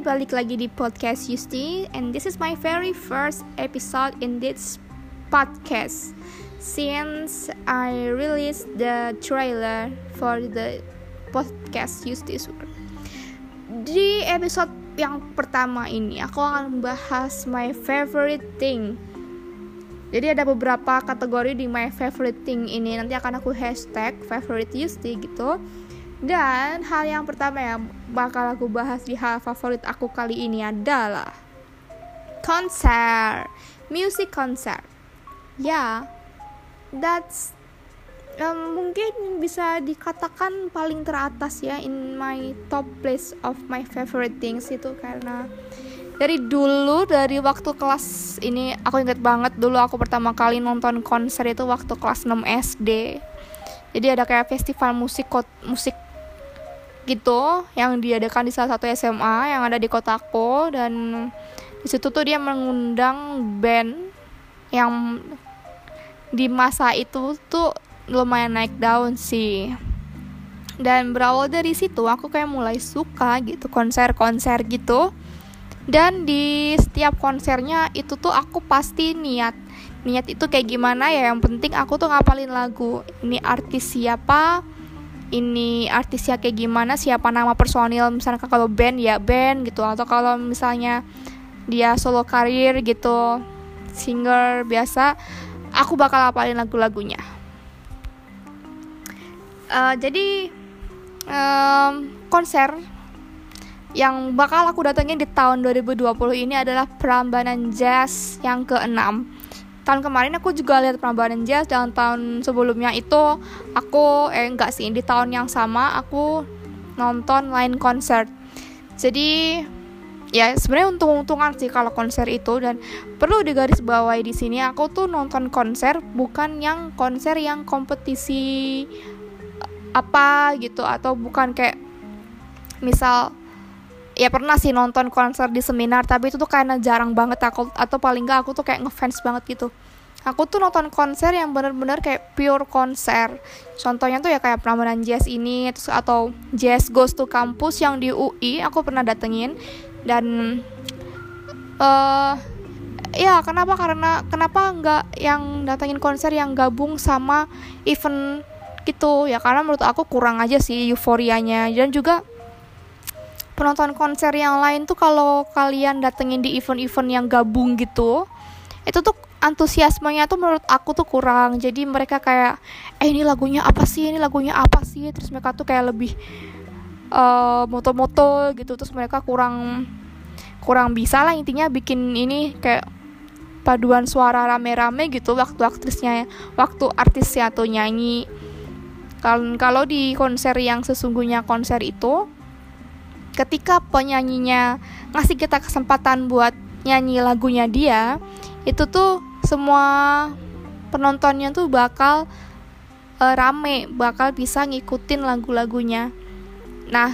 balik lagi di podcast Yusti, and this is my very first episode in this podcast since I released the trailer for the podcast Yusti. Di episode yang pertama ini aku akan membahas my favorite thing. Jadi ada beberapa kategori di my favorite thing ini, nanti akan aku hashtag favorite Yusti gitu. Dan hal yang pertama yang bakal aku bahas di hal favorit aku kali ini adalah konser, music concert. Ya, that's mungkin bisa dikatakan paling teratas ya in my top list of my favorite things itu, karena dari waktu kelas ini aku ingat banget dulu aku pertama kali nonton konser itu waktu kelas 6 SD. Jadi ada kayak festival musik gitu yang diadakan di salah satu SMA yang ada di kotaku, dan di situ tuh dia mengundang band yang di masa itu tuh lumayan naik daun sih. Dan berawal dari situ aku kayak mulai suka gitu konser-konser gitu. Dan di setiap konsernya itu tuh aku pasti niat itu kayak gimana ya, yang penting aku tuh ngapalin lagu. Ini artis siapa, ini artisnya kayak gimana, siapa nama personil, misalnya kalau band ya band gitu, atau kalau misalnya dia solo karir gitu, singer biasa, aku bakal hafalin lagu-lagunya. Jadi konser yang bakal aku datengin di tahun 2020 ini adalah Prambanan Jazz yang ke-6. Tahun kemarin aku juga lihat Prambanan Jazz, dan tahun sebelumnya itu aku di tahun yang sama aku nonton Line Concert. Jadi ya sebenarnya untung-untungan sih kalau konser itu, dan perlu digarisbawahi di sini aku tuh nonton konser bukan yang konser yang kompetisi apa gitu, atau bukan kayak misal ya pernah sih nonton konser di seminar, tapi itu tuh karena jarang banget aku, atau paling enggak aku tuh kayak ngefans banget gitu. Aku tuh nonton konser yang benar-benar kayak pure konser. Contohnya tuh ya kayak Prambanan Jazz ini, terus atau Jazz Goes to Campus yang di UI aku pernah datengin. Dan ya kenapa enggak yang datengin konser yang gabung sama event gitu ya, karena menurut aku kurang aja sih euforianya. Dan juga penonton konser yang lain tuh kalau kalian datengin di event-event yang gabung gitu, itu tuh antusiasmenya tuh menurut aku tuh kurang. Jadi mereka kayak ini lagunya apa sih, terus mereka tuh kayak lebih moto-moto gitu, terus mereka kurang bisa lah intinya bikin ini kayak paduan suara rame-rame gitu waktu artisnya tuh nyanyi. Kalau di konser yang sesungguhnya konser itu, ketika penyanyinya ngasih kita kesempatan buat nyanyi lagunya dia, itu tuh semua penontonnya tuh bakal rame, bakal bisa ngikutin lagu-lagunya. Nah,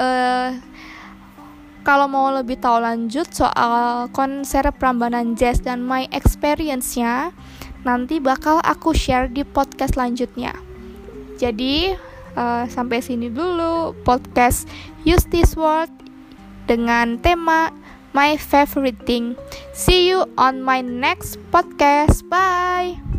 kalau mau lebih tahu lanjut soal konser Prambanan Jazz dan my experience-nya, nanti bakal aku share di podcast lanjutnya. Jadi sampai sini dulu podcast Yusti's World dengan tema My Favorite Thing. See you on my next podcast. Bye.